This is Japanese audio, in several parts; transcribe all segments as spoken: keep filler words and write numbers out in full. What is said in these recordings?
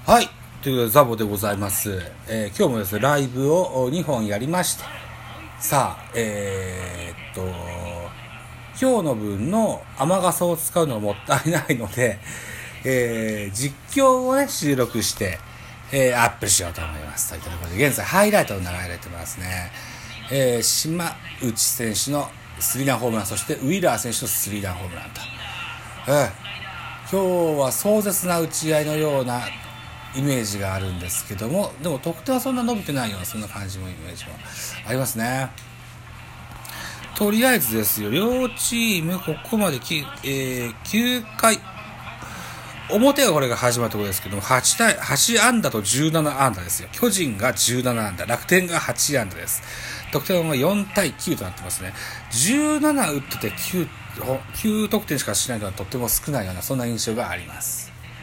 はい、ということでザボでございます、えー、今日もですねライブをにほんやりまして、さあえー、っと今日の分の雨傘を使うのがもったいないので、えー、実況をね収録して、えー、アップしようと思います。ということで現在ハイライトを流れてますね。えー、島内選手のスリーランホームラン、そしてウィラー選手のスリーランホームランと、えー、今日は壮絶な打ち合いのようなイメージがあるんですけども、でも得点はそんな伸びてないようなそんな感じもイメージもありますね。とりあえずですよ、両チームここまでき、えー、きゅうかい表がこれが始まるところですけども、はち対はち安打とじゅうなな安打ですよ。巨人がじゅうなな安打、楽天がはち安打です。得点はよん対きゅうとなってますね。じゅうなな打ってて 9, 9得点しかしないのはとっても少ないようなそんな印象があります。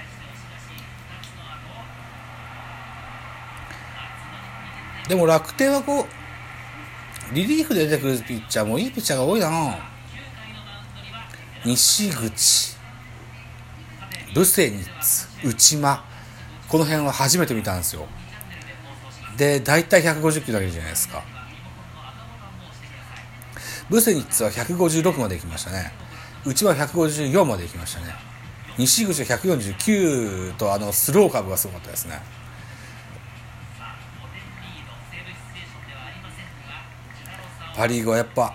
でも楽天はこうリリーフで出てくるピッチャーもいいピッチャーが多いな。西口、ブセニッツ、内間、この辺は初めて見たんですよ。でだいたいひゃくごじゅっキロ投げるじゃないですか。ブセニッツはひゃくごじゅうろくまで行きましたね。内間はひゃくごじゅうよんまで行きましたね。西口はひゃくよんじゅうきゅうとあのスローカーブがすごかったですね。パリーグはやっぱ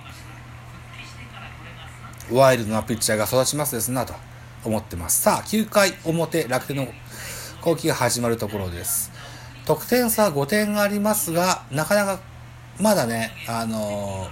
ワイルドなピッチャーが育ちますですなと思ってます。さあきゅうかい表、楽天の攻撃が始まるところです。得点差はごてんありますが、なかなかまだね、あの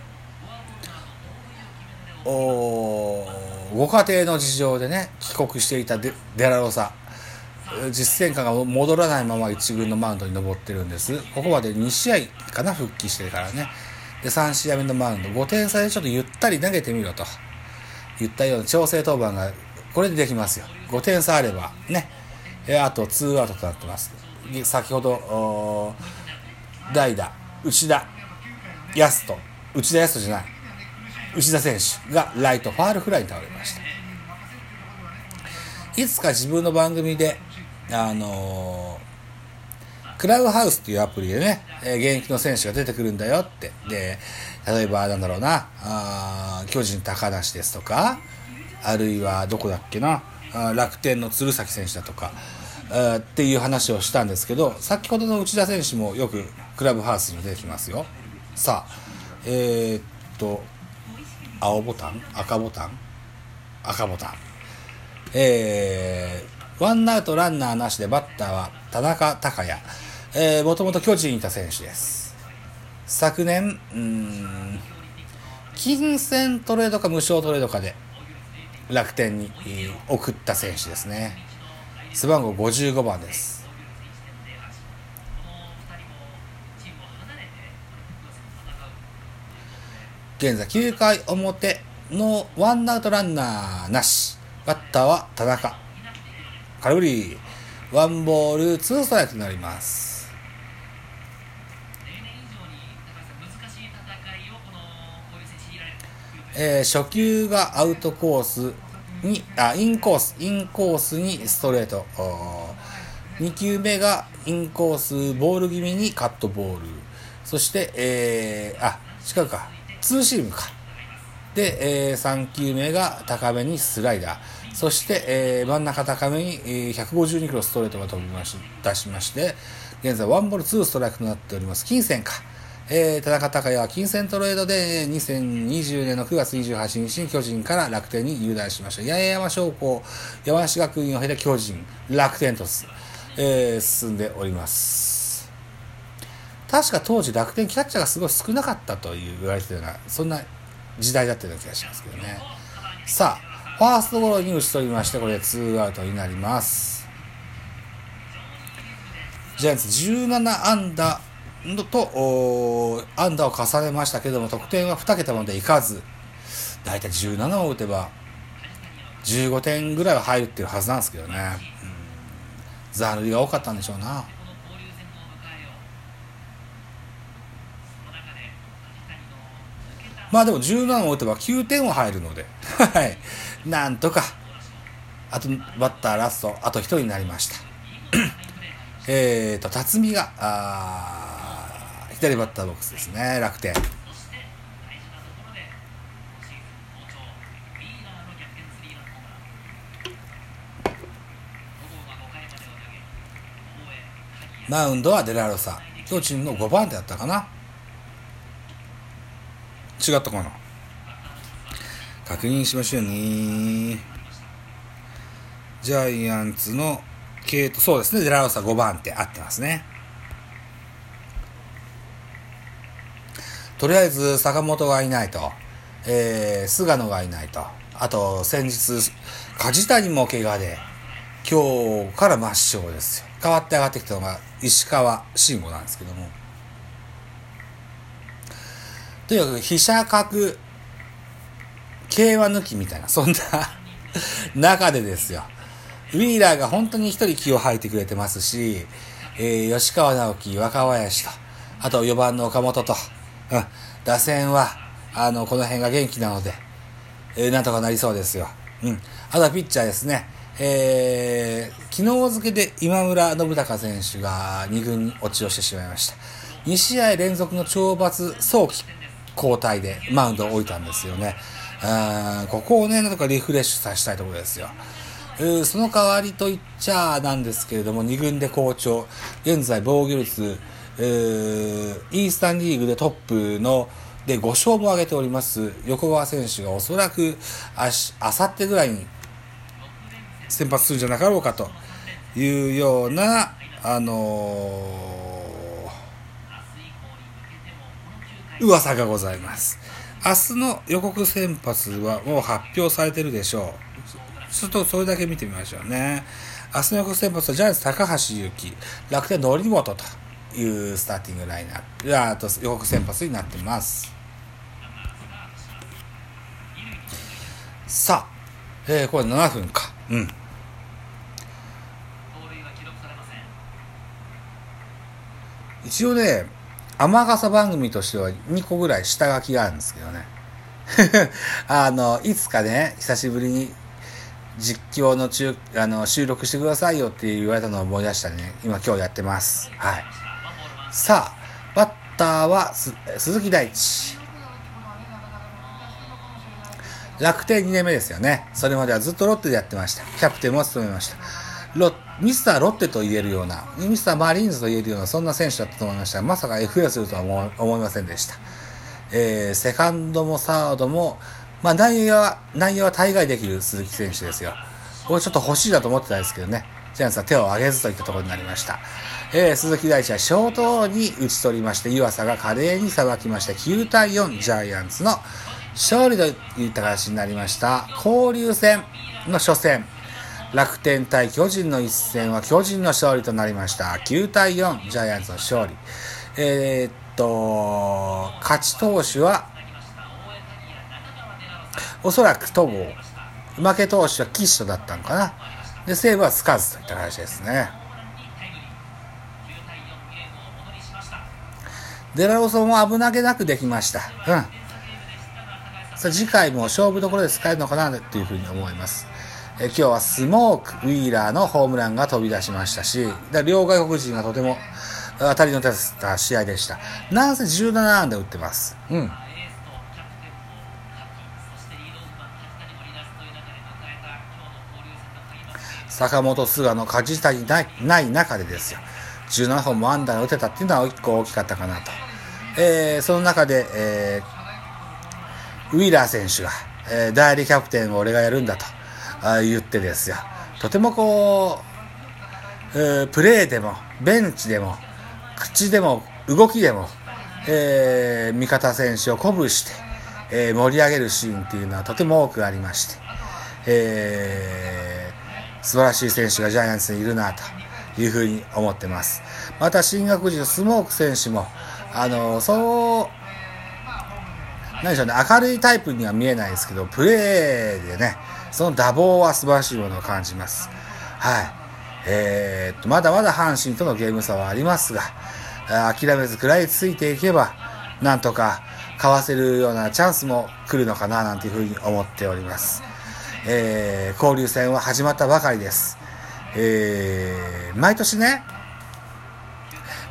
ー、ご家庭の事情でね帰国していた デ, デラロサ実戦感が戻らないまま一軍のマウンドに登ってるんです。ここまでに試合かな復帰してからね。でさん試合目のマウンドごてん差でちょっとゆったり投げてみろと言ったような調整登板がこれでできますよ。ごてん差あればね、あとツーアウトとなってます。先ほど代打内田康人内田康人じゃない内田選手がライトファールフライに倒れました。いつか自分の番組であのークラブハウスっていうアプリでね、えー、現役の選手が出てくるんだよって。で、例えばなんだろうな、あ巨人高梨ですとか、あるいはどこだっけな、あ楽天の鶴崎選手だとか、あっていう話をしたんですけど、先ほどの内田選手もよくクラブハウスに出てきますよ。さあ、えー、っと、青ボタン赤ボタン赤ボタン。えー、ワンアウトランナーなしでバッターは田中孝也。えー、もともと巨人にいた選手です。昨年うーん金銭トレードか無償トレードかで楽天に送った選手ですね。背番号ごじゅうごばんです。現在きゅうかい表のワンアウトランナーなし、バッターは田中。空振り、ワンボールツーストライクとなります。えー、初球がアウトコースにあインコースインコースにストレート、に球目がインコースボール気味にカットボール、そして、えー、あ違うかツーシームかで、えー、さん球目が高めにスライダー、そして、えー、真ん中高めに、えー、ひゃくごじゅうにキロストレートが飛びまし出しまして、現在ワンボールツーストライクとなっております。金銭か、えー、田中孝也は金銭トレードでにせんにじゅうねんのくがつにじゅうはちにちに巨人から楽天に入団しました。八重山商工山梨学院を経て巨人楽天と、えー、進んでおります。確か当時楽天キャッチャーがすごい少なかったという言われているようなそんな時代だったような気がしますけどね。さあファーストゴロに打ち取りまして、これでツーアウトになります。ジャイアンツじゅうなな安打と安打を重ねましたけども、得点はに桁までいかず、だいたいじゅうななを打てばじゅうごてんぐらいは入るっていうはずなんですけどね。うん、残塁が多かったんでしょうな。まあでもじゅうななを打てばきゅうてんは入るのではいなんとかあとバッターラストあとひとりになりましたえーと、辰巳が、あ左バッターボックスですね、楽天。マウンドはデラロサ。巨人のごばん手だったかな、違ったかな、確認しましょうね。ジャイアンツの系統、そうですね、デラロサごばん手合ってますね。とりあえず坂本がいないと、えー、菅野がいないと、あと先日梶谷も怪我で今日から抹消ですよ。代わって上がってきたのが石川慎吾なんですけども、とにかく飛車角桂馬抜きみたいな、そんな中でですよ、ウィーラーが本当に一人気を吐いてくれてますし、えー、吉川直樹、若林と、あとよばんの岡本と、うん、打線はあのこの辺が元気なので、えー、なんとかなりそうですよ。うん、あとはピッチャーですね。えー、昨日付で今村信孝選手がに軍に落ちをしてしまいました。に試合連続の懲罰早期交代でマウンドを置いたんですよね。あここをね、なんとかリフレッシュさせたいところですよ。その代わりと言っちゃなんですけれども、に軍で好調、現在防御率イースタンリーグでトップのでご勝も挙げております横川選手がおそらくあしあさってぐらいに先発するんじゃなかろうかというような、あのー、噂がございます。明日の予告先発はもう発表されてるでしょう。ちょっとそれだけ見てみましょうね。明日の予告先発はジャイアンツ高橋優貴、楽天則本というスターティングラインナップ、あと予告先発になってます。さあ、えー、これななふんか。うん。一応ね、雨傘番組としてはにこぐらい下書きがあるんですけどね。あの、いつかね、久しぶりに実況の中、あの、収録してくださいよって言われたのを思い出したね。今今日やってます。はい。さあ、バッターは鈴木大地。楽天にねんめですよね。それまではずっとロッテでやってました。キャプテンも務めました。ロミスターロッテと言えるような、ミスターマリーンズと言えるような、そんな選手だったと思いましたが、まさか エフエー するとは思思いませんでした。えー、セカンドもサードも、まあ内野は、内野は大概できる鈴木選手ですよ。これちょっと欲しいなと思ってたんですけどね。ジャイアンツは手を挙げずといったところになりました。えー、鈴木大地はショートに打ち取りまして、湯浅が華麗にさばきまして、きゅうたいよん、ジャイアンツの勝利といった形になりました。交流戦の初戦。楽天対巨人の一戦は巨人の勝利となりました。きゅうたいよん、ジャイアンツの勝利。えー、っと、勝ち投手は、おそらく戸郷。負け投手は岸とだったのかな。で、西武はつかずといった形ですね。デラロサも危なげなくできました。うん。さあ次回も勝負どころで使えるのかなというふうに思います。え今日はスモーク、ウィーラーのホームランが飛び出しましたし、両外国人がとても当たりの立った試合でした。なんせじゅうななあんだ打ってます。うん。坂本、菅野、梶谷ないない中でですよ。じゅうななほんもアンダーが打てたっていうのは一個大きかったかなと。えー、その中で、えー、ウィーラー選手が、えー、代理キャプテンを俺がやるんだと言ってですよ。とてもこう、えー、プレーでも、ベンチでも、口でも、動きでも、えー、味方選手を鼓舞して、えー、盛り上げるシーンっていうのはとても多くありまして、えー、素晴らしい選手がジャイアンツにいるなというふうに思ってます。また新学時のスモーク選手も、あの、そう、何でしょうね、明るいタイプには見えないですけど、プレーでね、その打棒は素晴らしいものを感じます。はい。えー、っと、まだまだ阪神とのゲーム差はありますが、諦めず食らいついていけば、なんとかかわせるようなチャンスも来るのかな、なんていうふうに思っております。えー、交流戦は始まったばかりです。えー、毎年ね、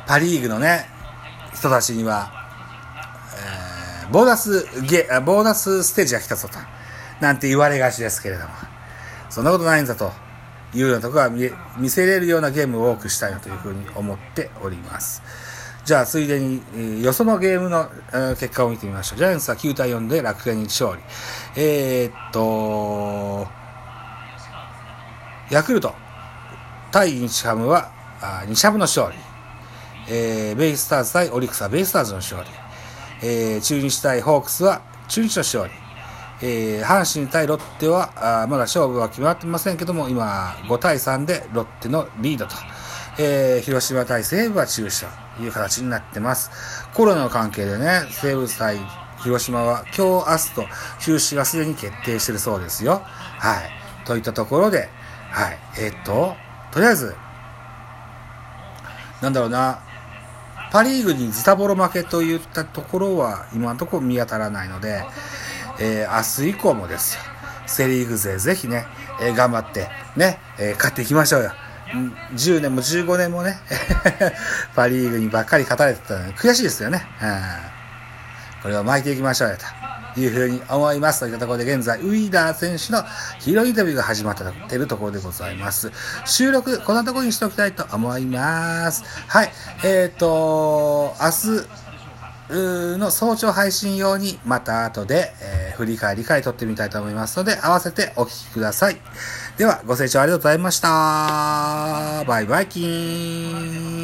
パリーグのね、人たちには、えー、ボーナスゲ、ボーナスステージが来たぞと、なんて言われがちですけれども、そんなことないんだというようなところは 見, 見せれるようなゲームを多くしたいなというふうに思っております。じゃあついでに、えー、よそのゲームの、えー、結果を見てみましょう。ジャイアンツはきゅうたいよんで楽天に勝利。えー、っとヤクルト対日ハムはあ日ハムの勝利。えー、ベイスターズ対オリックスはベイスターズの勝利。えー、中日対ホークスは中日の勝利。えー、阪神対ロッテはあまだ勝負は決まってませんけども、今ごたいさんでロッテのリードと、えー、広島対西武は中止という形になってます。コロナの関係でね、西武対広島は今日明日と中止がすでに決定しているそうですよ。はい。といったところで、はい。えー、っと、とりあえず、なんだろうな、パリーグにズタボロ負けといったところは今のところ見当たらないので、えー、明日以降もですよ、セリーグ勢ぜひね、えー、頑張ってね、えー、勝っていきましょうよ。じゅうねんもじゅうごねんもねパリーグにばっかり勝たれてたので悔しいですよね、うん、これを巻いていきましょうよというふうに思います。といったところで現在ウィーダー選手のヒーローインタビューが始まっているところでございます。収録こんなところにしておきたいと思います。はい、えっと明日の早朝配信用にまた後で、えー、振り返り会撮ってみたいと思いますので合わせてお聞きください。ではご清聴ありがとうございました。バイバイキーン。